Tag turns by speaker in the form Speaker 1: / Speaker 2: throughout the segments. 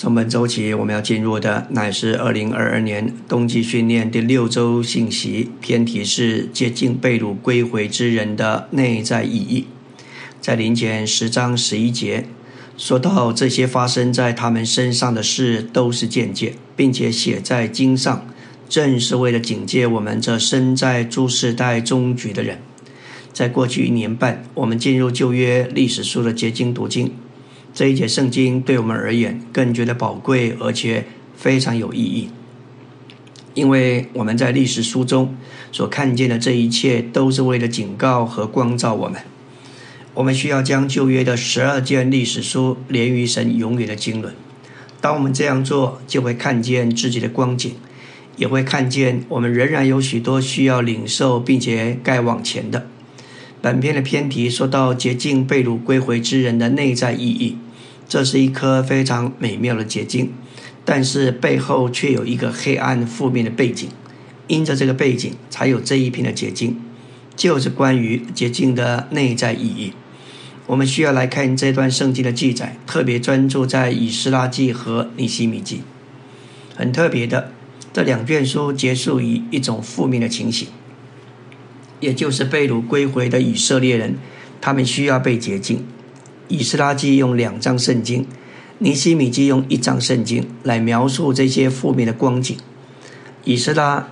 Speaker 1: 从本周起，我们要进入的乃是2022年冬季训练第6周信息，篇题是接近被掳归回之人的内在意义。在林前10章11节说到，这些发生在他们身上的事都是鉴戒，并且写在经上，正是为了警戒我们这身在诸世代终局的人。在过去1年半，我们进入旧约历史书的结晶读经。这一节圣经对我们而言更觉得宝贵，而且非常有意义，因为我们在历史书中所看见的这一切都是为了警告和光照我们。我们需要将旧约的12卷历史书连于神永远的经纶。当我们这样做，就会看见自己的光景，也会看见我们仍然有许多需要领受并且该往前的。本篇的篇题说到洁净被掳归回之人的内在意义，这是一颗非常美妙的结晶，但是背后却有一个黑暗负面的背景，因着这个背景才有这一篇的结晶，就是关于洁净的内在意义。我们需要来看这段圣经的记载，特别专注在以斯拉记和尼希米记。很特别的，这2卷书结束于一种负面的情形，也就是被掳归回的以色列人，他们需要被洁净。以斯拉记用2章圣经，尼希米记用1章圣经来描述这些负面的光景。以斯拉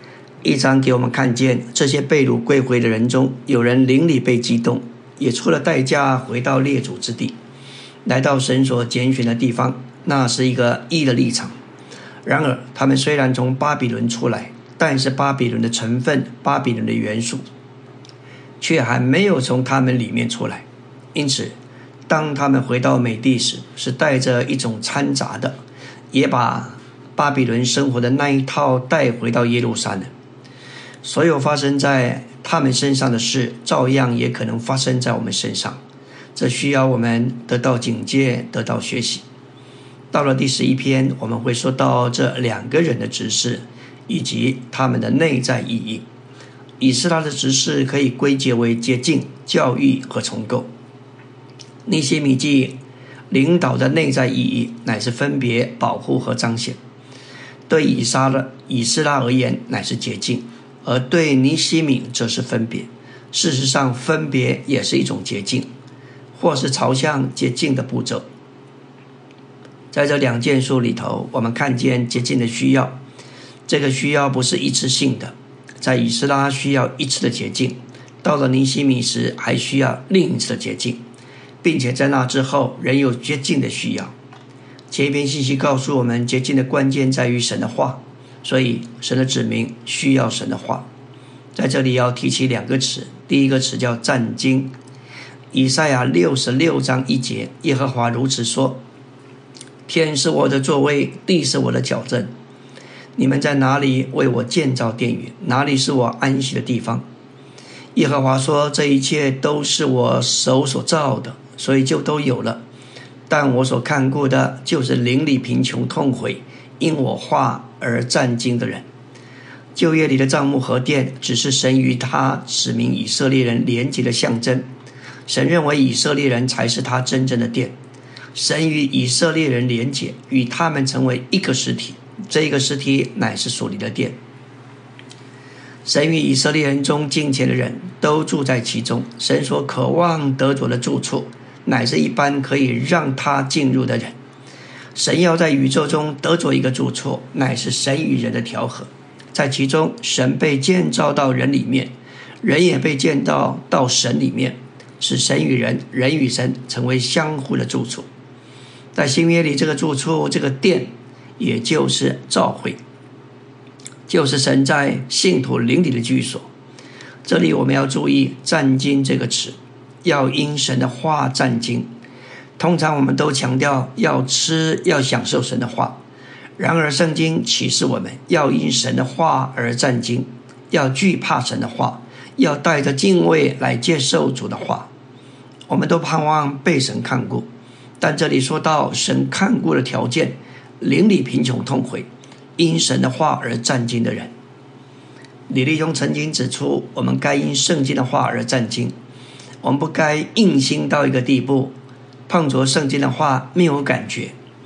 Speaker 1: 1章给我们看见，这些被掳归回的人中，有人灵里被激动，也出了代价回到列祖之地，来到神所拣选的地方，那是一个义的立场。然而他们虽然从巴比伦出来，但是巴比伦的成分，巴比伦的元素却还没有从他们里面出来。因此当他们回到美地时，是带着一种掺杂的，也把巴比伦生活的那一套带回到耶路撒冷。所有发生在他们身上的事，照样也可能发生在我们身上，这需要我们得到警戒，得到学习。到了第11篇，我们会说到这2个人的职事以及他们的内在意义。以斯拉的职事可以归结为洁净、教育和重构。尼希米记领导的内在意义乃是分别、保护和彰显。对以斯拉而言乃是洁净，而对尼希米则是分别。事实上，分别也是一种洁净，或是朝向洁净的步骤。在这2卷书里头，我们看见洁净的需要，这个需要不是一次性的。在以斯拉需要一次的洁净，到了尼希米时还需要另一次的洁净，并且在那之后仍有洁净的需要。前一篇信息告诉我们，洁净的关键在于神的话，所以神的子民需要神的话。在这里要提起2个词，第一个词叫战兢。以赛亚66章1节，耶和华如此说：天是我的座位，地是我的脚凳。你们在哪里为我建造殿宇？哪里是我安息的地方？耶和华说，这一切都是我手所造的，所以就都有了。但我所看顾的就是灵里贫穷痛悔，因我话而战兢的人。旧约里的帐幕和殿只是神与他子民以色列人连结的象征，神认为以色列人才是他真正的殿。神与以色列人连结，与他们成为一个实体，这一个实体乃是属灵的殿。神与以色列人中敬虔的人都住在其中，神所渴望得着的住处乃是一般可以让他进入的人。神要在宇宙中得着一个住处，乃是神与人的调和，在其中神被建造到人里面，人也被建造到神里面，使神与人，人与神成为相互的住处。在新约里，这个住处，这个殿，也就是教会，就是神在信徒灵里的居所。这里我们要注意战兢这个词，要因神的话战兢。通常我们都强调要吃，要享受神的话，然而圣经启示我们要因神的话而战兢，要惧怕神的话，要带着敬畏来接受主的话。我们都盼望被神看顾，但这里说到神看顾的条件，灵里贫穷痛悔，因神的话而战兢的人。李立兄曾经指出，我们该因圣经的话而战兢，我们不该硬心到一个地步，碰着圣经的话没有感觉。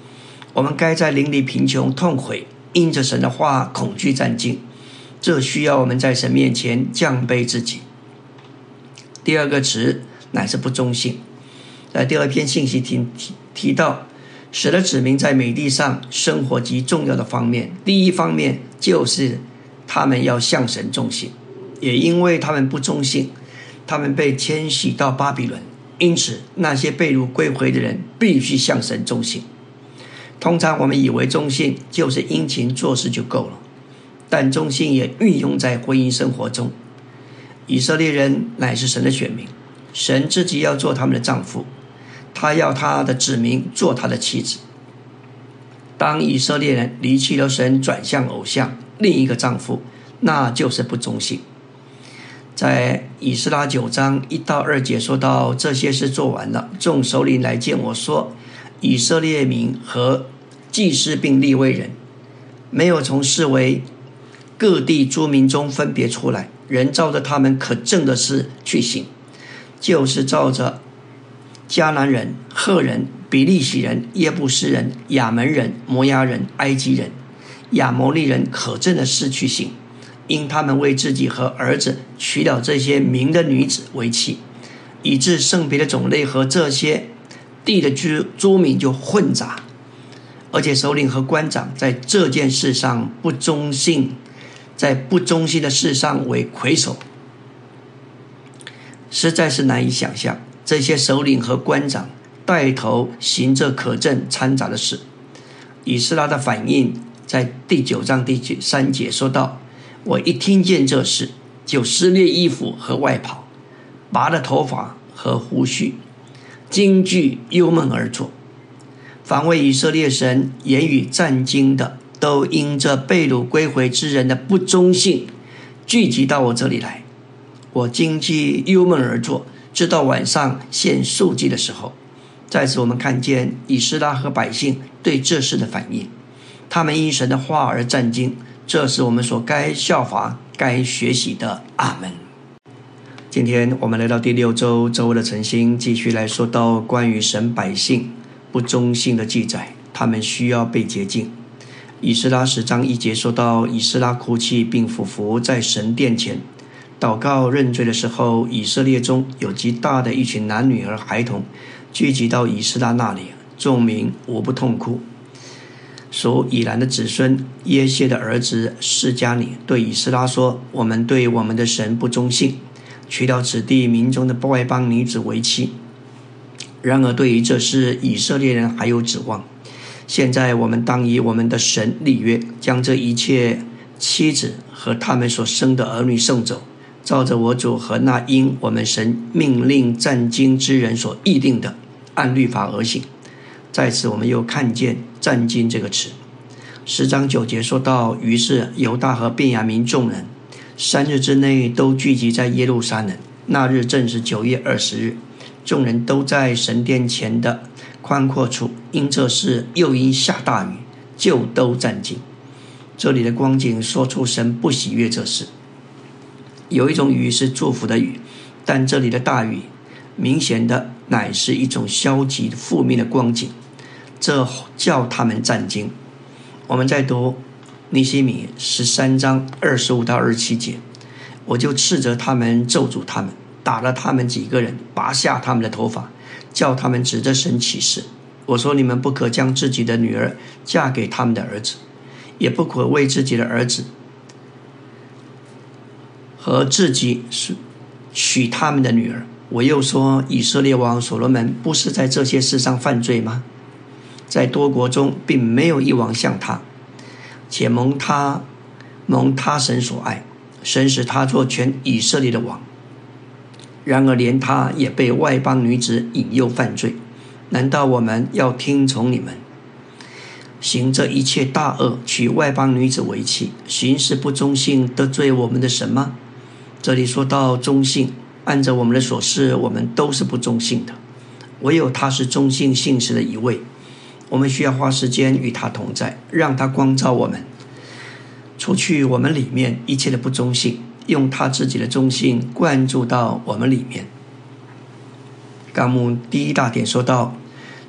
Speaker 1: 我们该在灵里贫穷痛悔，因着神的话恐惧战惊，这需要我们在神面前降卑自己。第二个词乃是不忠信。在第二篇信息提到，神的子民在美地上生活极重要的方面，第一方面就是他们要向神忠信，也因为他们不忠信，他们被迁徙到巴比伦，因此那些被掳归回的人必须向神忠信。通常我们以为忠信就是殷勤做事就够了，但忠信也运用在婚姻生活中。以色列人乃是神的选民，神自己要做他们的丈夫，他要他的子民做他的妻子。当以色列人离弃了神，转向偶像，另一个丈夫，那就是不忠信。在以斯拉9章1到2节说到，这些事做完了，众首领来见我说，以色列民和祭司并利未人没有从四围各地诸民中分别出来，人照着他们可证的事去行，就是照着迦南人、赫人、比利洗人、耶布斯人、亚门人、摩押人、埃及人、亚摩利人可证的事去行，因他们为自己和儿子娶了这些民的女子为妻，以致圣别的种类和这些地的诸民就混杂，而且首领和官长在这件事上不忠信，在不忠心的事上为魁首，实在是难以想象。这些首领和官长带头行这可证掺杂的事。以斯拉的反应在第9章第3节说道，我一听见这事，就撕裂衣服和外袍，拔了头发和胡须，惊惧忧闷而坐。凡为以色列神言语战惊的，都因这被掳归回之人的不忠信聚集到我这里来。我惊惧忧闷而坐，直到晚上献素祭的时候。在此我们看见以斯拉和百姓对这事的反应，他们因神的话而战惊，这是我们所该效法该学习的。阿们。今天我们来到第6周周的晨星，继续来说到关于神百姓不忠信的记载，他们需要被洁净。以斯拉10章1节说到，以斯拉哭泣并俯伏在神殿前祷告认罪的时候，以色列中有极大的一群男女和孩童聚集到以斯拉那里，众民无不痛哭。属以兰的子孙耶谢的儿子示迦尼对以斯拉说，我们对我们的神不忠信，娶了此地民中的外邦女子为妻。然而对于这事，以色列人还有指望。现在我们当以我们的神立约，将这一切妻子和他们所生的儿女送走，照着我主和那因我们神命令战经之人所议定的，按律法而行。在此我们又看见战经这个词。10章9节说到，于是犹大和便雅悯众人3日之内都聚集在耶路撒冷，那日正是9月20日，众人都在神殿前的宽阔处，因这事又因下大雨，就都战惊。这里的光景说出神不喜悦这事。有一种雨是祝福的雨，但这里的大雨明显的乃是一种消极负面的光景，这叫他们战惊。我们再读尼希米13章25到27节，我就斥责他们，咒诅他们，打了他们几个人，拔下他们的头发，叫他们指着神起誓。我说，你们不可将自己的女儿嫁给他们的儿子，也不可为自己的儿子和自己娶他们的女儿。我又说，以色列王所罗门不是在这些事上犯罪吗？在多国中并没有一王像他，且蒙他神所爱，神使他做全以色列的王。然而连他也被外邦女子引诱犯罪。难道我们要听从你们，行这一切大恶，娶外邦女子为妻，行事不忠信，得罪我们的神吗？这里说到忠信，按着我们的所示，我们都是不忠信的，唯有他是忠信信实的一位。我们需要花时间与他同在，让他光照我们，除去我们里面一切的不忠信，用他自己的忠信灌注到我们里面。纲目第一大点说到，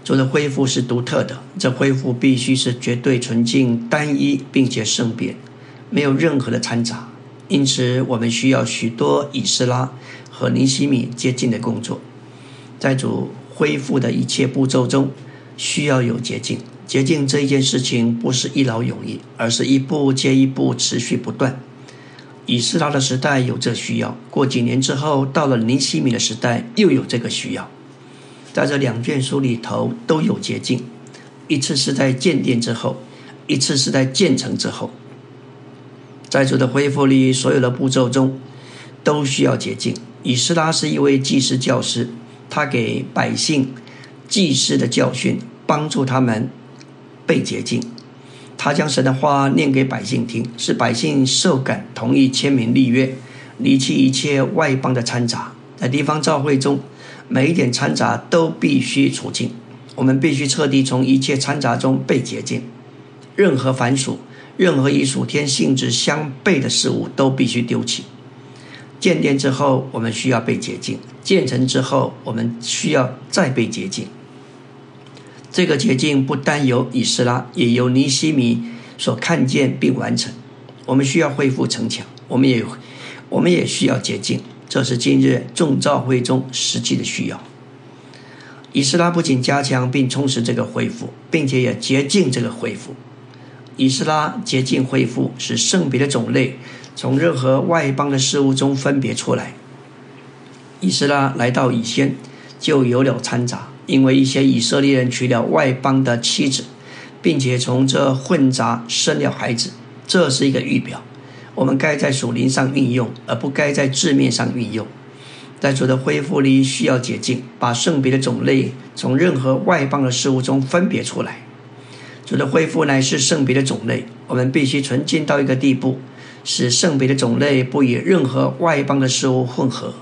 Speaker 1: 主的恢复是独特的，这恢复必须是绝对纯净、单一并且圣别，没有任何的掺杂。因此我们需要许多以斯拉和尼希米接近的工作。在主恢复的一切步骤中，需要有洁净。洁净这一件事情不是一劳永逸，而是一步接一步持续不断。以斯拉的时代有这需要，过几年之后到了尼希米的时代又有这个需要。在这两卷书里头都有洁净，一次是在建殿之后，一次是在建成之后。在主的恢复里，所有的步骤中都需要洁净。以斯拉是一位祭司教师，他给百姓祭司的教训，帮助他们被洁净。他将神的话念给百姓听，使百姓受感，同意签名立约，离弃一切外邦的掺杂。在地方教会中，每一点掺杂都必须除净，我们必须彻底从一切掺杂中被洁净。任何凡属，任何与属天性质相悖的事物都必须丢弃。建殿之后，我们需要被洁净；建成之后，我们需要再被洁净。这个洁净不单由以斯拉，也由尼希米所看见并完成。我们需要恢复城墙，我们也需要洁净，这是今日众教会中实际的需要。以斯拉不仅加强并充实这个恢复，并且也洁净这个恢复。以斯拉洁净恢复，使圣别的种类从任何外邦的事物中分别出来。以斯拉来到以先，就有了掺杂，因为一些以色列人娶了外邦的妻子，并且从这混杂生了孩子。这是一个预表，我们该在属灵上运用，而不该在字面上运用。在主的恢复里需要洁净，把圣别的种类从任何外邦的事物中分别出来。主的恢复乃是圣别的种类，我们必须纯净到一个地步，使圣别的种类不与任何外邦的事物混合。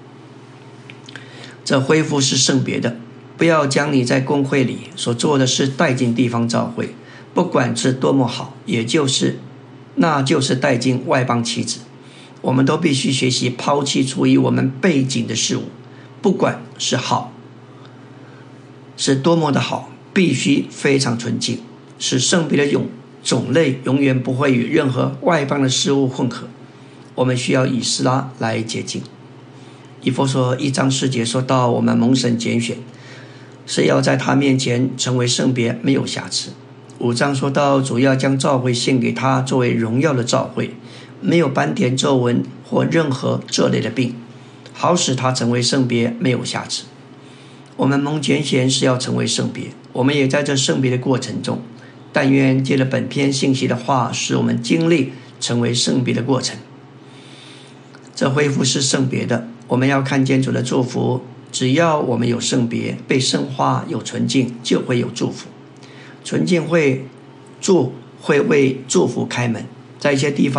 Speaker 1: 这恢复是圣别的，不要将你在公会里所做的事带进地方教会，不管是多么好，那就是带进外邦妻子。我们都必须学习抛弃出于我们背景的事物，不管是好是多么的好，必须非常纯净，使圣别的种类永远不会与任何外邦的事物混合。我们需要以斯拉来洁净。以弗所1章4节说到，我们蒙神拣选，是要在他面前成为圣别，没有瑕疵。5章说到，主要将教会献给他，作为荣耀的教会，没有斑点皱纹或任何这类的病，好使他成为圣别，没有瑕疵。我们蒙拣选是要成为圣别，我们也在这圣别的过程中。但愿借着本篇信息的话，使我们经历成为圣别的过程。这恢复是圣别的，我们要看见主的祝福。只要我们有圣别，被圣化，有纯净，就会有祝福。纯净会为祝福开门。在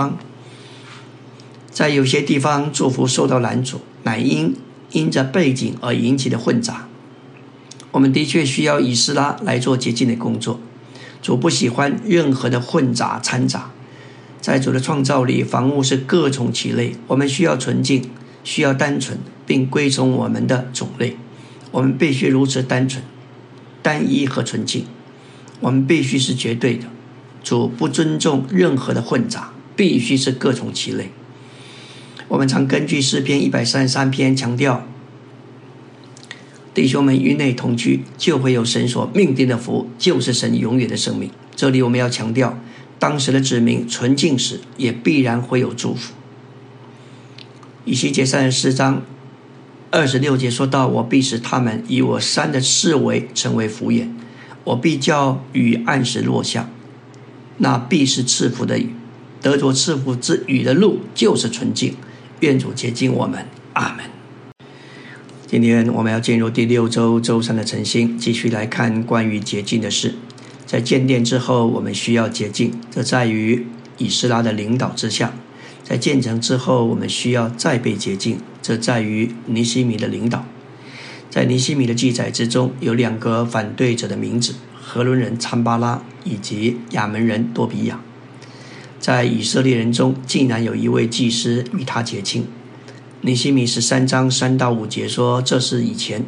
Speaker 1: 有些地方祝福受到拦阻，乃因着背景而引起的混杂。我们的确需要以斯拉来做洁净的工作。主不喜欢任何的混杂掺杂。在主的创造里，房屋是各从其类，我们需要纯净，需要单纯，并归从我们的种类。我们必须如此单纯、单一和纯净。我们必须是绝对的。主不尊重任何的混杂，必须是各从其类。我们常根据诗篇133篇强调，弟兄们与内同居，就会有神所命定的福，就是神永远的生命。这里我们要强调，当时的子民纯净时，也必然会有祝福。以西结34章26节说到，我必使他们以我山的四围成为福源，我必叫雨按时落下，那必是赐福的雨。得着赐福之雨的路就是纯净。愿主洁净我们，阿们。今天我们要进入第6周周3的晨星，继续来看关于洁净的事。在建殿之后，我们需要洁净，这在于以斯拉的领导之下。在建成之后，我们需要再被洁净，这在于尼希米的领导。在尼希米的记载之中，有2个反对者的名字，何伦人参巴拉以及亚门人多比亚。在以色列人中，竟然有一位祭司与他结亲。尼希米13章3到5节说，这是以前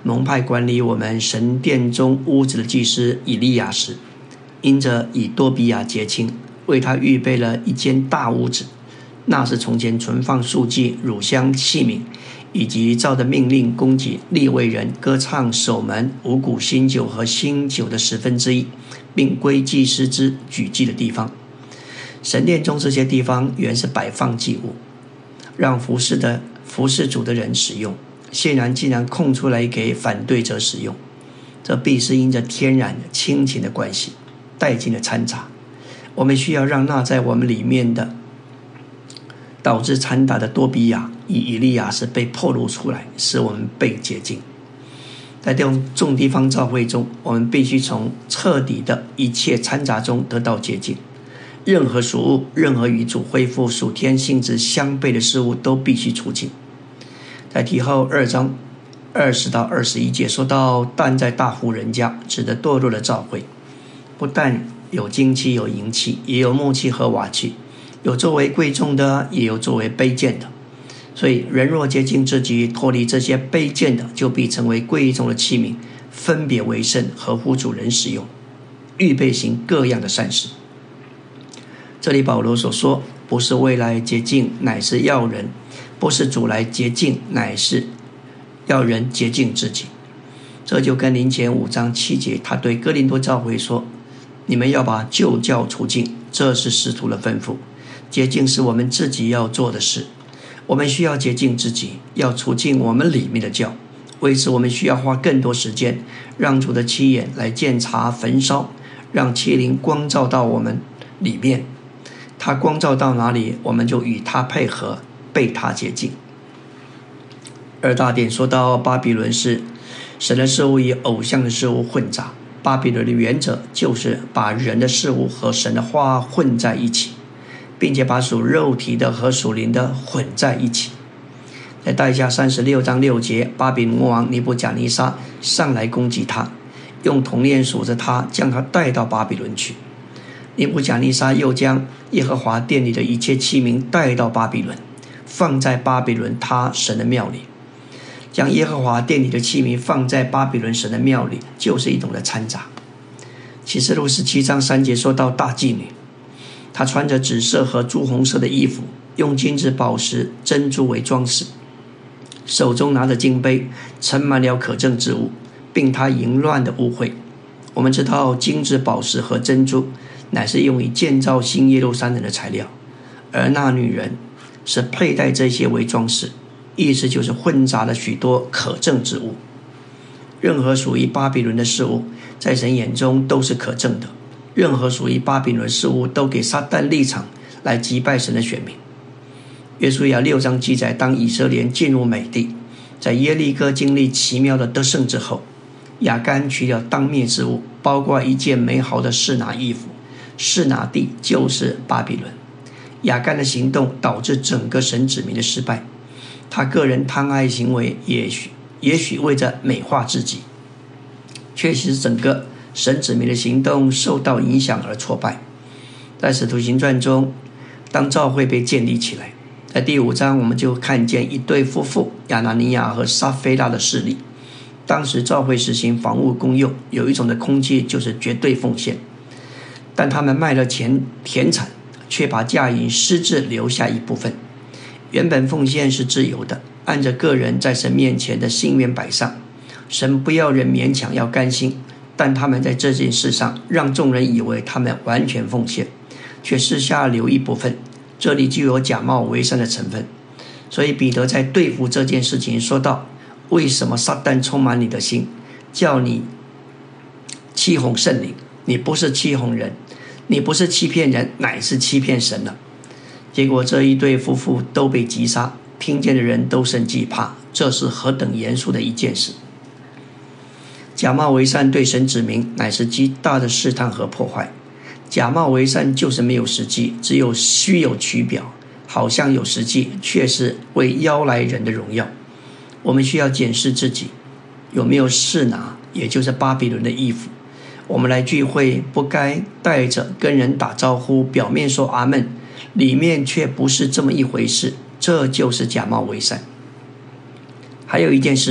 Speaker 1: 蒙派管理我们神殿中屋子的祭司以利亚时，因着以多比亚结亲，为他预备了一间大屋子，那是从前存放素祭、乳香器皿，以及照着命令供给利未人歌唱、守门、五谷、新酒和新酒的1/10，并归祭司之举祭的地方。神殿中这些地方原是摆放祭物，让服侍主的人使用，现然竟然空出来给反对者使用，这必是因着天然的亲情的关系带进了掺杂。我们需要让那在我们里面的导致掺杂的多比亚以利亚是被暴露出来，使我们被洁净。在众地方教会中，我们必须从彻底的一切掺杂中得到洁净。任何属物，任何与主恢复属天性质相悖的事物都必须除尽。在提后2章20到21节说到，但在大户人家，指的堕落的教会，不但有金器有银器，也有木器和瓦器，有作为贵重的，也有作为卑贱的。所以人若洁净自己，脱离这些卑贱的，就必成为贵重的器皿，分别为圣，合乎主人使用，预备行各样的善事。这里保罗所说，不是为来洁净，乃是要人；不是主来洁净，乃是要人洁净自己。这就跟林前5章7节他对哥林多教会说，你们要把旧教除尽，这是使徒的吩咐。洁净是我们自己要做的事，我们需要洁净自己，要除尽我们里面的教。为此我们需要花更多时间，让主的七眼来鉴察焚烧，让七灵光照到我们里面，他光照到哪里，我们就与他配合，被他洁净。2大点说到巴比伦是神的事物与偶像的事物混杂。巴比伦的原则就是把人的事物和神的话混在一起，并且把属肉体的和属灵的混在一起。在代下36章6节，巴比伦王尼布甲尼撒上来攻击他，用铜链锁着他，将他带到巴比伦去。尼布甲尼撒又将耶和华殿里的一切器皿带到巴比伦，放在巴比伦他神的庙里。将耶和华殿里的器皿放在巴比伦神的庙里，就是一种的掺杂。启示录17章3节说到大妓女，她穿着紫色和朱红色的衣服，用金子、宝石、珍珠为装饰，手中拿着金杯，盛满了可憎之物，并她淫乱的污秽。我们知道金子、宝石和珍珠乃是用于建造新耶路撒冷的材料，而那女人是佩戴这些为装饰，意思就是混杂了许多可憎之物。任何属于巴比伦的事物，在神眼中都是可憎的。任何属于巴比伦事物，都给撒旦立场来击败神的选民。约书亚6章记载，当以色列进入美地，在耶利哥经历奇妙的得胜之后，亚干取了当灭之物，包括一件美好的示拿衣服。示拿地就是巴比伦。亚干的行动导致整个神子民的失败，他个人贪爱行为也许为着美化自己，确实整个神子民的行动受到影响而挫败。在使徒行传中，当教会被建立起来，在第5章我们就看见一对夫妇亚拿尼亚和撒非拉的事例。当时教会实行房屋公用，有一种的空气就是绝对奉献，但他们卖了田产，却把价银私自留下一部分。原本奉献是自由的，按着个人在神面前的心愿摆上，神不要人勉强要甘心，但他们在这件事上让众人以为他们完全奉献，却私下留一部分，这里就有假冒为善的成分。所以彼得在对付这件事情说道，为什么撒旦充满你的心，叫你欺哄圣灵？你不是欺哄人，你不是欺骗人，乃是欺骗神了。结果这一对夫妇都被击杀，听见的人都甚惧怕，这是何等严肃的一件事。假冒为善对神子民乃是极大的试探和破坏。假冒为善就是没有实际，只有虚有其表，好像有实际，却是为邀来人的荣耀。我们需要检视自己有没有示拿，也就是巴比伦的衣服。我们来聚会不该带着跟人打招呼，表面说阿们，里面却不是这么一回事，这就是假冒为善。还有一件事，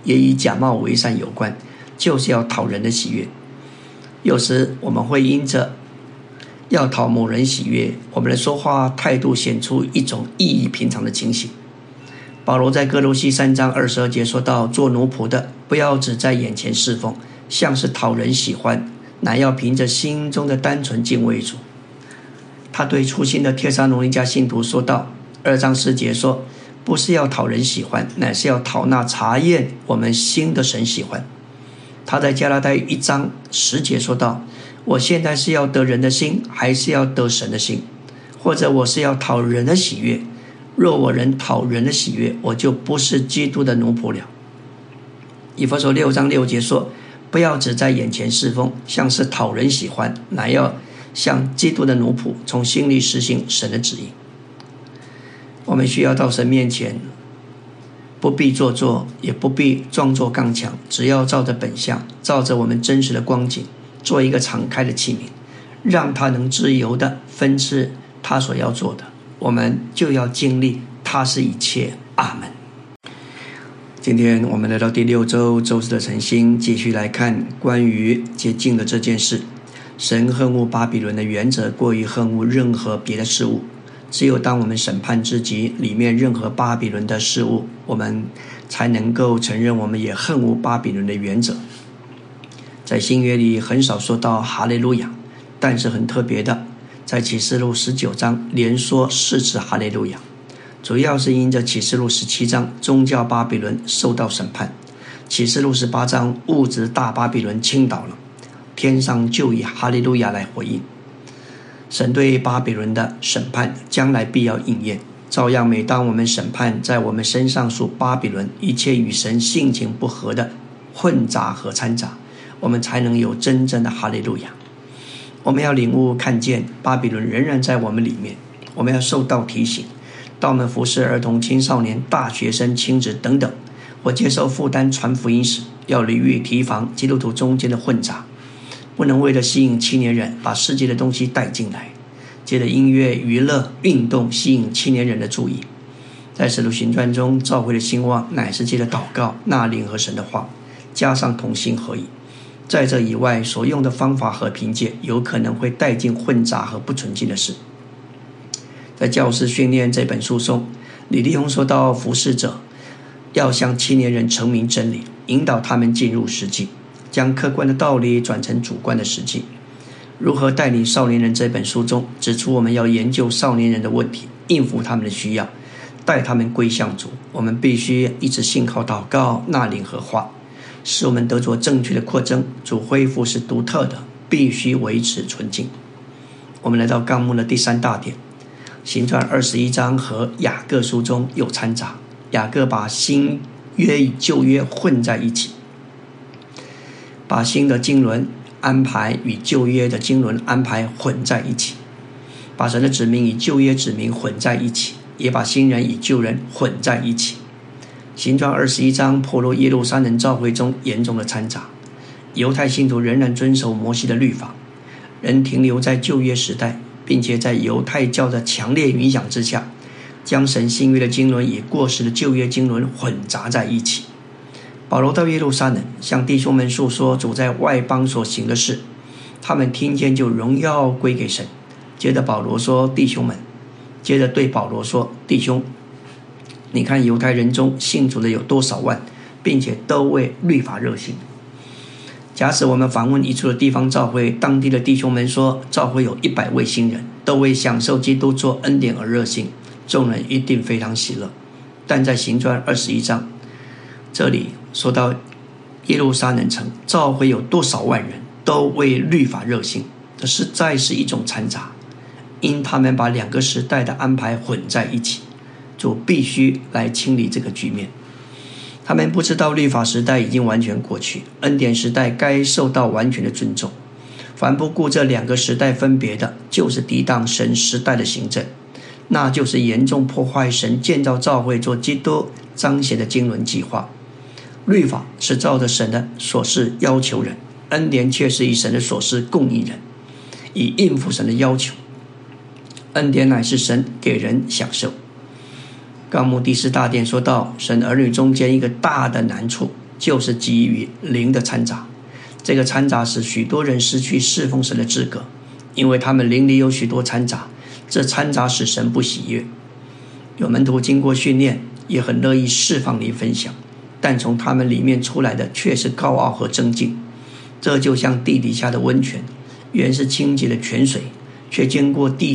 Speaker 1: 也与假冒为善有关，就是要讨人的喜悦。有时我们会因着要讨某人喜悦，我们的说话态度显出一种异于平常的情形。保罗在哥罗西3章22节说到，做奴仆的不要只在眼前侍奉，像是讨人喜欢，乃要凭着心中的单纯敬畏主。他对初信的帖撒罗尼迦信徒说道，2章4节说，不是要讨人喜欢，乃是要讨那查验我们心的神喜欢。他在加拉太1章10节说道，我现在是要得人的心，还是要得神的心？或者我是要讨人的喜悦？若我仍讨人的喜悦，我就不是基督的奴仆了。以弗所6章6节说，不要只在眼前侍奉，像是讨人喜欢，乃要像基督的奴仆，从心里实行神的旨意。我们需要到神面前，不必做作，也不必装作刚强，只要照着本相，照着我们真实的光景，做一个敞开的器皿，让他能自由地分赐他所要做的，我们就要经历他是一切。阿们。今天我们来到第6周周四的晨星，继续来看关于洁净的这件事。神恨恶巴比伦的原则过于恨恶任何别的事物，只有当我们审判自己里面任何巴比伦的事物，我们才能够承认我们也恨恶巴比伦的原则。在新约里很少说到哈利路亚，但是很特别的，在启示录19章连说4次哈利路亚，主要是因着启示录17章宗教巴比伦受到审判，启示录18章物质大巴比伦倾倒了，天上就以哈利路亚来回应。神对巴比伦的审判将来必要应验，照样每当我们审判在我们身上属巴比伦一切与神性情不合的混杂和掺杂，我们才能有真正的哈利路亚。我们要领悟看见巴比伦仍然在我们里面，我们要受到提醒，当我们服侍儿童、青少年、大学生、亲子等等，或接受负担传福音时，要屡屡提防基督徒中间的混杂，不能为了吸引青年人把世界的东西带进来，借着音乐、娱乐、运动吸引青年人的注意。在使徒行传中，教会的兴旺乃是借着祷告、纳灵和神的话，加上同心合意。在这以外所用的方法和凭借，有可能会带进混杂和不纯净的事。在教师训练这本书中，李立宏说到，服侍者要向青年人澄明真理，引导他们进入实际，将客观的道理转成主观的实际。如何带领少年人这本书中指出，我们要研究少年人的问题，应付他们的需要，带他们归向主。我们必须一直信靠祷告、纳灵和话，使我们得着正确的扩增。主恢复是独特的，必须维持纯净。我们来到纲目的第3大点，行传21章和雅各书中有掺杂，雅各把新约与旧约混在一起，把新的经纶安排与旧约的经纶安排混在一起，把神的子民与旧约子民混在一起，也把新人与旧人混在一起。行传21章破落耶路撒冷教会中严重的掺杂，犹太信徒仍然遵守摩西的律法，仍停留在旧约时代，并且在犹太教的强烈影响之下，将神新约的经纶与过时的旧约经纶混杂在一起。保罗到耶路撒冷向弟兄们述说主在外邦所行的事，他们听见就荣耀归给神。接着保罗说，弟兄们，接着对保罗说，弟兄，你看犹太人中信主的有多少万，并且都为律法热心。假使我们访问一处的地方教会，当地的弟兄们说教会有100位新人，都为享受基督做恩典而热心，众人一定非常喜乐。但在行传21章这里说到耶路撒冷城教会有多少万人都为律法热心，这实在是一种掺杂，因他们把2个时代的安排混在一起，主必须来清理这个局面。他们不知道律法时代已经完全过去，恩典时代该受到完全的尊重。凡不顾这2个时代分别的，就是抵挡神时代的行政，那就是严重破坏神建造教会做基督彰显的经纶计划。律法是照着神的所示要求人，恩典却是以神的所示供应人，以应付神的要求。恩典乃是神给人享受。纲目第4大点说到，神儿女中间一个大的难处， 就是基于灵的掺杂。这个掺杂使许多人失去侍奉神的资格，因为他们灵里有许多掺杂，这掺杂使神不喜悦。有门徒经过训练，也很乐意释放灵分享，但从他们里面出来的却是高傲和争竞。这就像地底下的温泉，原是清洁的泉水，却经过地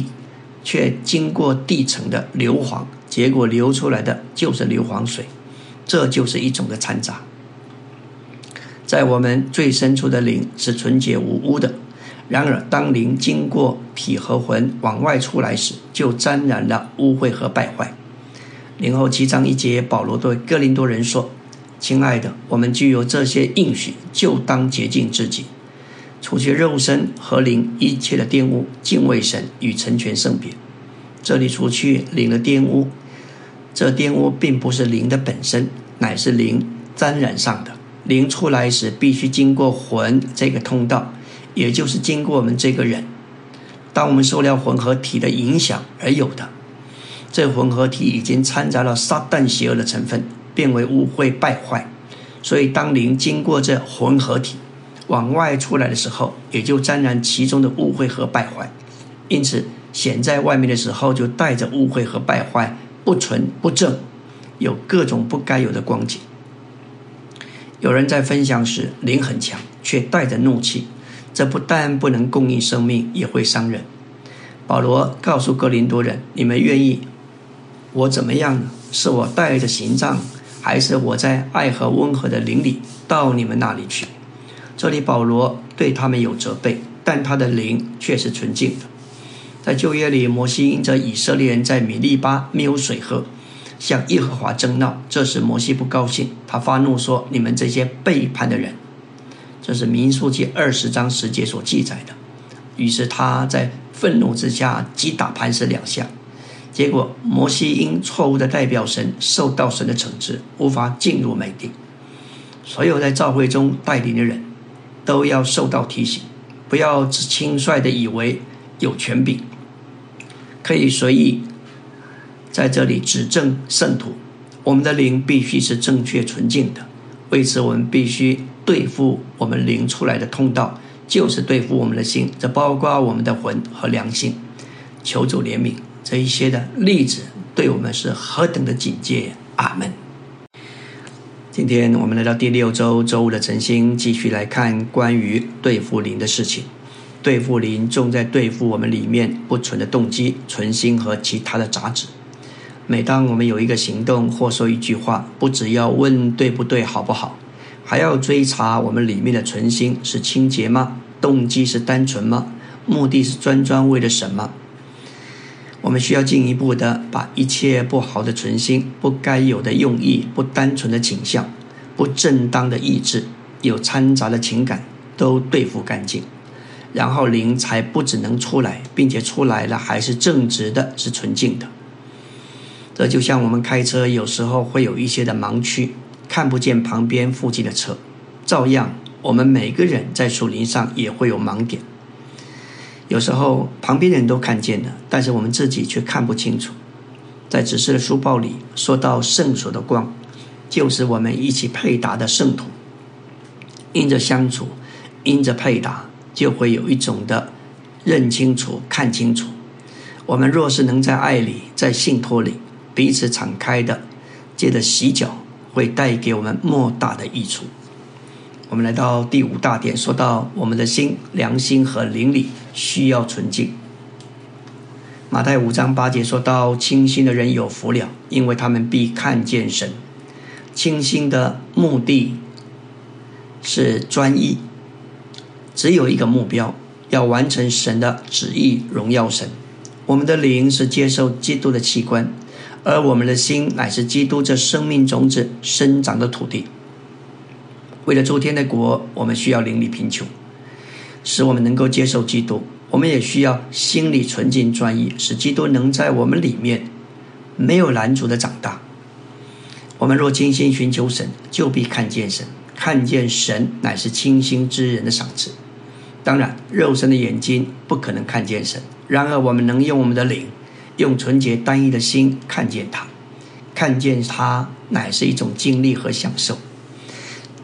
Speaker 1: 层的硫磺，结果流出来的就是硫磺水。这就是一种的掺杂。在我们最深处的灵是纯洁无污的，然而当灵经过体和魂往外出来时，就沾染了污秽和败坏。林后7章1节，保罗对哥林多人说：亲爱的，我们具有这些应许，就当洁净自己，除去肉身和灵一切的玷污，敬畏神与成全圣别。这里除去灵的玷污，这玷污并不是灵的本身，乃是灵沾染上的。灵出来时必须经过魂这个通道，也就是经过我们这个人。当我们受了魂和体的影响而有的，这魂和体已经掺杂了撒旦邪恶的成分，变为污秽败坏。所以当灵经过这魂和体往外出来的时候，也就沾染其中的污秽和败坏。因此显在外面的时候，就带着污秽和败坏，不纯不正，有各种不该有的光景。有人在分享时灵很强，却带着怒气，这不但不能供应生命，也会伤人。保罗告诉哥林多人，你们愿意我怎么样呢？是我带着刑杖，还是我在爱和温和的灵里到你们那里去？这里保罗对他们有责备，但他的灵却是纯净的。在旧约里，摩西因着以色列人在米利巴没有水喝，向耶和华争闹，这使摩西不高兴，他发怒说：你们这些背叛的人。这是民数记20章10节所记载的。于是他在愤怒之下击打磐石2下，结果摩西因错误的代表神，受到神的惩治，无法进入美地。所有在教会中带领的人都要受到提醒，不要只轻率的以为有权柄，可以随意在这里指正圣徒。我们的灵必须是正确纯净的，为此我们必须对付我们灵出来的通道，就是对付我们的心，这包括我们的魂和良心。求主怜悯，这一些的例子对我们是何等的警戒。阿们。今天我们来到第6周周五的晨星，继续来看关于对付灵的事情。对付灵重在对付我们里面不纯的动机、存心和其他的杂质。每当我们有一个行动或说一句话，不只要问对不对好不好，还要追查我们里面的存心是清洁吗？动机是单纯吗？目的是专为了什么？我们需要进一步的把一切不好的存心、不该有的用意、不单纯的倾向、不正当的意志、有掺杂的情感都对付干净，然后灵才不只能出来，并且出来了还是正直的，是纯净的。这就像我们开车有时候会有一些的盲区，看不见旁边附近的车，照样我们每个人在属灵上也会有盲点。有时候旁边人都看见了，但是我们自己却看不清楚。在指示的书报里说到圣所的光，就是我们一起配搭的圣徒，因着相处，因着配搭，就会有一种的认清楚、看清楚。我们若是能在爱里，在信托里彼此敞开的，借着洗脚，会带给我们莫大的益处。我们来到第5大点，说到我们的心、良心和灵里需要纯净。马太5章8节说到，清心的人有福了，因为他们必看见神。清心的目的是专一，只有一个目标，要完成神的旨意，荣耀神。我们的灵是接受基督的器官，而我们的心乃是基督这生命种子生长的土地。为了诸天的国，我们需要灵里贫穷，使我们能够接受基督。我们也需要心里纯净专一，使基督能在我们里面没有拦阻的长大。我们若精心寻求神，就必看见神，看见神乃是清心之人的赏赐。当然肉身的眼睛不可能看见神，然而我们能用我们的灵，用纯洁单一的心看见他，看见他乃是一种经历和享受。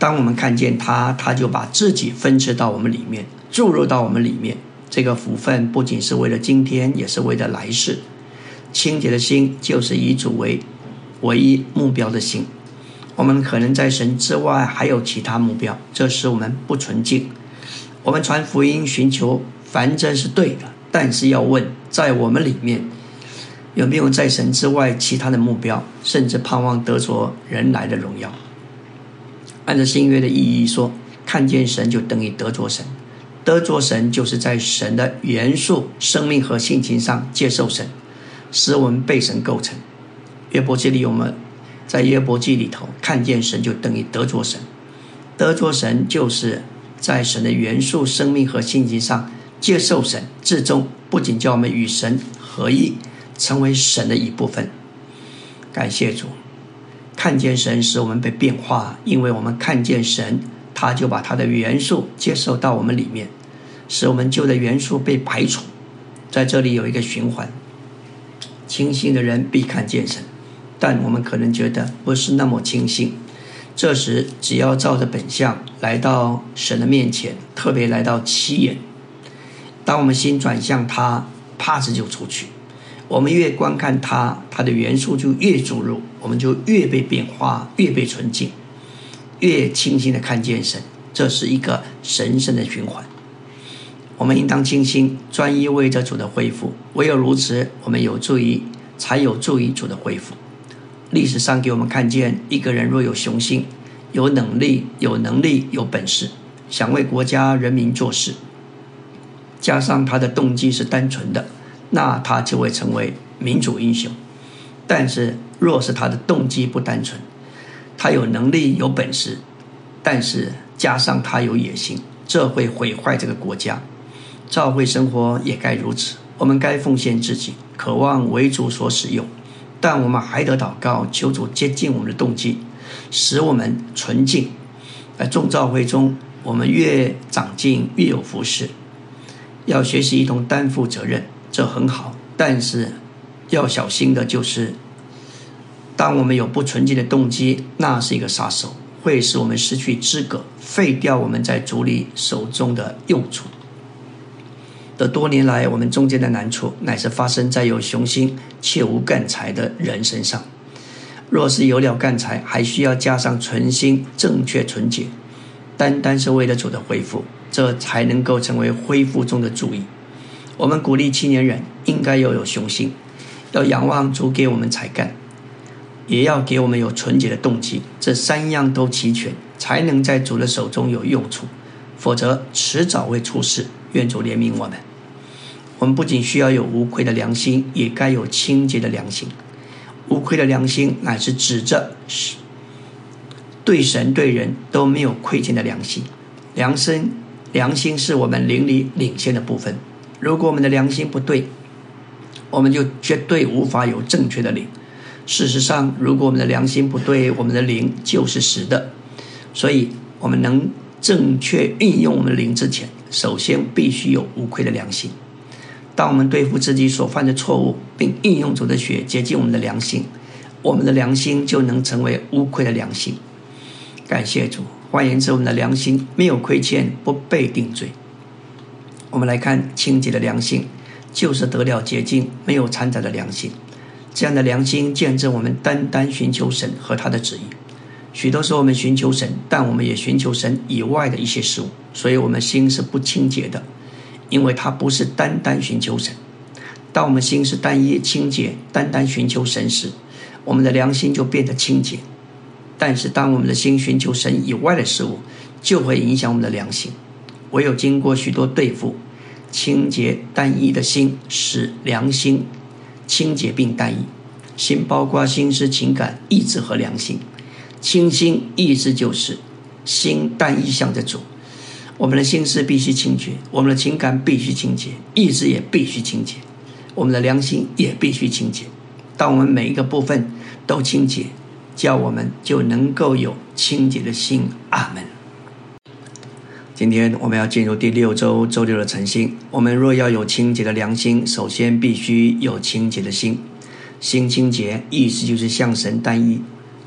Speaker 1: 当我们看见他，他就把自己分赐到我们里面，注入到我们里面。这个福分不仅是为了今天，也是为了来世。清洁的心就是以主为唯一目标的心。我们可能在神之外还有其他目标，这使我们不纯净。我们传福音寻求反正是对的，但是要问在我们里面有没有在神之外其他的目标，甚至盼望得着人来的荣耀。按照新约的意义说，看见神就等于得着神，得着神就是在神的元素、生命和性情上接受神，使我们被神构成。约伯记里我们在约伯记里头看见神就等于得着神，得着神就是在神的元素、生命和性情上接受神，至终不仅叫我们与神合一，成为神的一部分。感谢主，看见神使我们被变化，因为我们看见神，他就把他的元素接受到我们里面，使我们旧的元素被排除。在这里有一个循环，清醒的人必看见神，但我们可能觉得不是那么清醒。这时只要照着本相来到神的面前，特别来到七眼，当我们心转向他，帕子就出去。我们越观看他，他的元素就越注入，我们就越被变化，越被纯净，越清晰的看见神。这是一个神圣的循环。我们应当清心，专一为着主的恢复，唯有如此，我们才有助于主的恢复。历史上给我们看见，一个人若有雄心，有能力，有本事，想为国家人民做事，加上他的动机是单纯的，那他就会成为民主英雄。但是若是他的动机不单纯，他有能力有本事，但是加上他有野心，这会毁坏这个国家。教会生活也该如此，我们该奉献自己，渴望为主所使用，但我们还得祷告，求主接近我们的动机，使我们纯净。在众教会中，我们越长进越有服事，要学习一同担负责任，这很好，但是要小心的就是当我们有不纯净的动机，那是一个杀手，会使我们失去资格，废掉我们在主里手中的用处。这多年来我们中间的难处，乃是发生在有雄心却无干才的人身上。若是有了干才，还需要加上纯心、正确、纯洁，单单是为了主的恢复，这才能够成为恢复中的注意。我们鼓励青年人应该要有雄心，要仰望主给我们才干，也要给我们有纯洁的动机，这三样都齐全，才能在主的手中有用处，否则迟早会出事。愿主怜悯我们。我们不仅需要有无愧的良心，也该有清洁的良心。无愧的良心乃是指着对神对人都没有亏欠的良心。良心是我们灵里领先的部分。如果我们的良心不对，我们就绝对无法有正确的灵。事实上，如果我们的良心不对，我们的灵就是死的。所以我们能正确运用我们的灵之前，首先必须有无愧的良心。当我们对付自己所犯的错误，并运用主的血洁净我们的良心，我们的良心就能成为无愧的良心。感谢主，换言之，我们的良心没有亏欠，不被定罪。我们来看清洁的良心，就是得了洁净没有掺杂的良心。这样的良心见证我们单单寻求神和他的旨意。许多时候我们寻求神，但我们也寻求神以外的一些事物，所以我们心是不清洁的，因为它不是单单寻求神。当我们心是单一清洁，单单寻求神时，我们的良心就变得清洁。但是当我们的心寻求神以外的事物，就会影响我们的良心。唯有经过许多对付，清洁单一的心使良心清洁并单一。心包括心思、情感、意志和良心。清心意思就是心单一向着主，我们的心思必须清洁，我们的情感必须清洁，意志也必须清洁，我们的良心也必须清洁。当我们每一个部分都清洁，叫我们就能够有清洁的心。阿们。今天我们要进入第6周周六的晨星。我们若要有清洁的良心，首先必须有清洁的心。心清洁意思就是向神单一。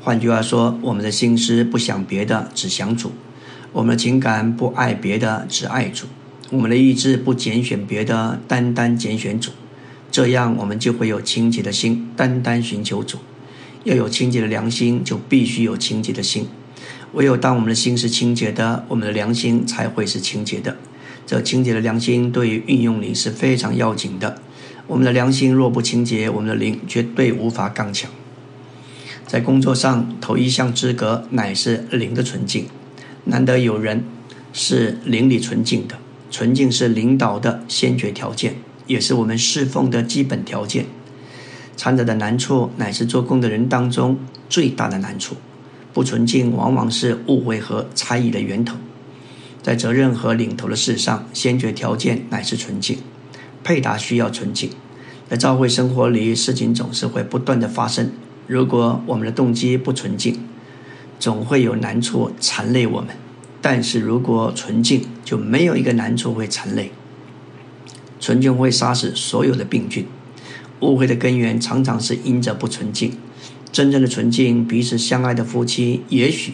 Speaker 1: 换句话说，我们的心思不想别的，只想主；我们的情感不爱别的，只爱主；我们的意志不拣选别的，单单拣选主。这样我们就会有清洁的心，单单寻求主。要有清洁的良心，就必须有清洁的心。唯有当我们的心是清洁的，我们的良心才会是清洁的。这清洁的良心对于运用灵是非常要紧的。我们的良心若不清洁，我们的灵绝对无法刚强。在工作上，头一项资格乃是灵的纯净。难得有人是灵里纯净的，纯净是领导的先决条件，也是我们侍奉的基本条件。掺杂的难处乃是做工的人当中最大的难处。不纯净往往是误会和猜疑的源头。在责任和领头的事上，先决条件乃是纯净，配搭需要纯净。在教会生活里，事情总是会不断的发生。如果我们的动机不纯净，总会有难处缠累我们；但是如果纯净，就没有一个难处会缠累。纯净会杀死所有的病菌。误会的根源常常是因着不纯净。真正的纯净，彼此相爱的夫妻也许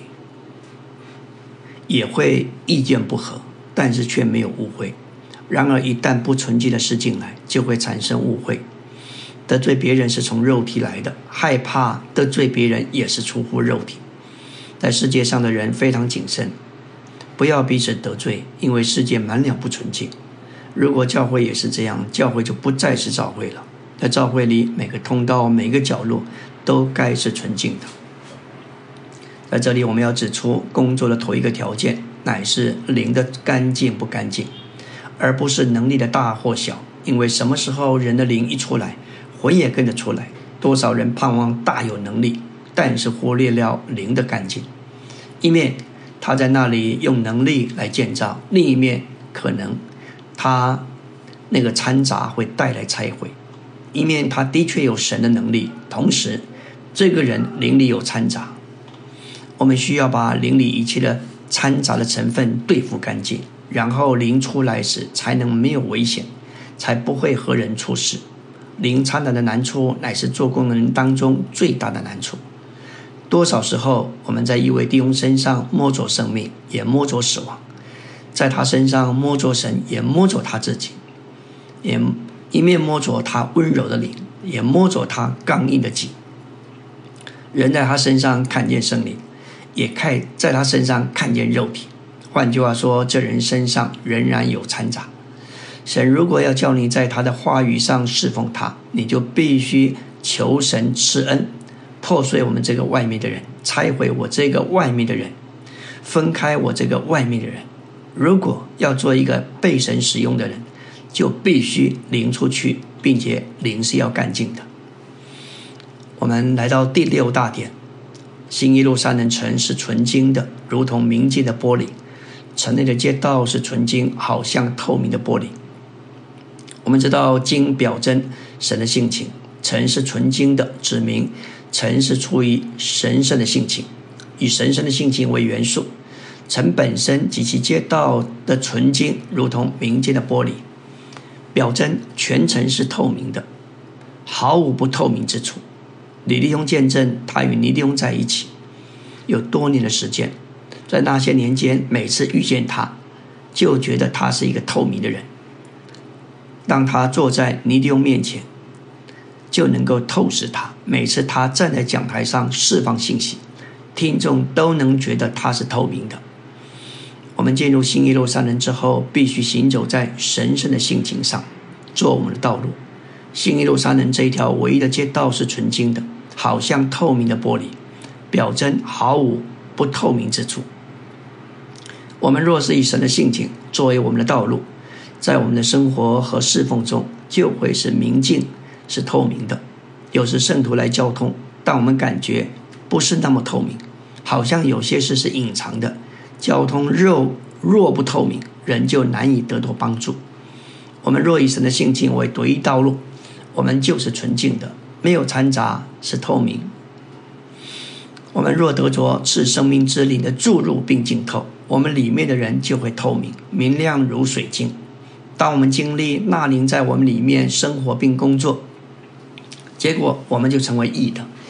Speaker 1: 也会意见不合，但是却没有误会。然而一旦不纯净的事进来，就会产生误会。得罪别人是从肉体来的，害怕得罪别人也是出乎肉体。在世界上的人非常谨慎，不要彼此得罪，因为世界满了不纯净。如果教会也是这样，教会就不再是教会了。在教会里，每个通道每个角落都该是纯净的。在这里我们要指出，工作的头一个条件乃是灵的干净不干净，而不是能力的大或小。因为什么时候人的灵一出来，魂也跟着出来。多少人盼望大有能力，但是忽略了灵的干净。一面他在那里用能力来建造，另一面可能他那个掺杂会带来拆毁。一面他的确有神的能力，同时这个人灵里有掺杂。我们需要把灵里一切的掺杂的成分对付干净，然后灵出来时才能没有危险，才不会和人出事。灵掺杂的难处乃是做工人当中最大的难处。多少时候我们在一位弟兄身上摸着生命，也摸着死亡；在他身上摸着神，也摸着他自己，也一面摸着他温柔的灵，也摸着他刚硬的己。人在他身上看见圣灵，也在他身上看见肉体。换句话说，这人身上仍然有掺杂。神如果要叫你在他的话语上侍奉他，你就必须求神赐恩，破碎我们这个外面的人，拆毁我这个外面的人，分开我这个外面的人。如果要做一个被神使用的人，就必须灵出去，并且灵是要干净的。我们来到第六大点，新耶路撒冷城是纯净的，如同明镜的玻璃；城内的街道是纯净，好像透明的玻璃。我们知道经表征神的性情，城是纯净的，指明城是出于神圣的性情，以神圣的性情为元素。城本身及其街道的纯净如同明镜的玻璃，表征全城是透明的，毫无不透明之处。李弟兄见证他与尼弟兄在一起有多年的时间，在那些年间，每次遇见他就觉得他是一个透明的人。当他坐在尼弟兄面前，就能够透视他。每次他站在讲台上释放信息，听众都能觉得他是透明的。我们进入新耶路撒冷之后，必须行走在神圣的性情上，做我们的道路。新耶路撒冷这一条唯一的街道是纯净的，好像透明的玻璃，表征毫无不透明之处。我们若是以神的性情作为我们的道路，在我们的生活和侍奉中就会是明净，是透明的。有时圣徒来交通，但我们感觉不是那么透明，好像有些事是隐藏的。交通若不透明，人就难以得到帮助。我们若以神的性情为独一道路，我们就是纯净的，没有掺杂，是透明。我们若得着赐生命之灵的注入并浸透，我们里面的人就会透明，明亮如水晶。当我们经历那灵在我们里面生活并工作，结果我们就成为义的。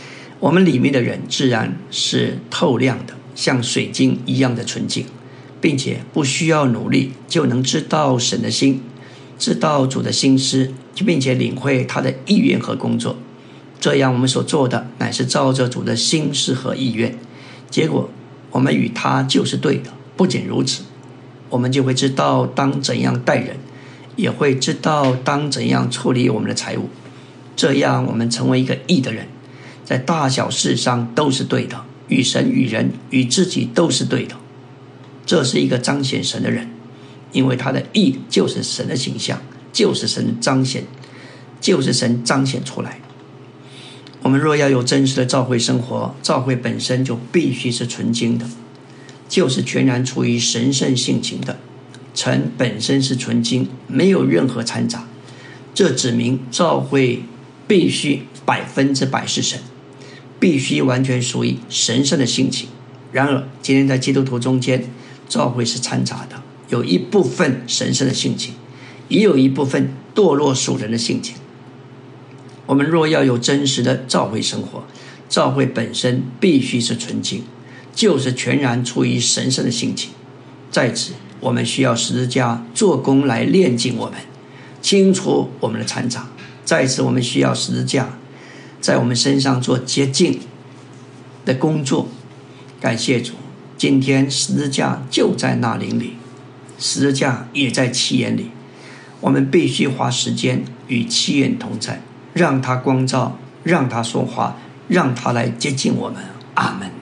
Speaker 1: 我们里面的人自然是透亮的，像水晶一样的纯净，并且不需要努力就能知道神的心，知道主的心思，并且领会他的意愿和工作。这样我们所做的乃是照着主的心思和意愿，结果我们与他就是对的。不仅如此，我们就会知道当怎样待人，也会知道当怎样处理我们的财物。这样我们成为一个义的人，在大小事上都是对的，与神与人与自己都是对的。这是一个彰显神的人，因为他的义就是神的形象，就是神彰显出来。我们若要有真实的教会生活，教会本身就必须是纯净的，就是全然出于神圣性情的。神本身是纯净，没有任何掺杂，这指明教会必须100%是神，必须完全属于神圣的性情。然而今天在基督徒中间，教会是掺杂的，有一部分神圣的性情，也有一部分堕落属人的性情。我们若要有真实的教会生活，教会本身必须是纯净，就是全然出于神圣的性情。在此我们需要十字架做工来炼净我们，清除我们的掺杂。在此我们需要十字架在我们身上做洁净的工作。感谢主，今天十字架就在那灵里，十字架也在七眼里。我们必须花时间与七眼同在，让他光照，让他说话，让他来接近我们。阿们。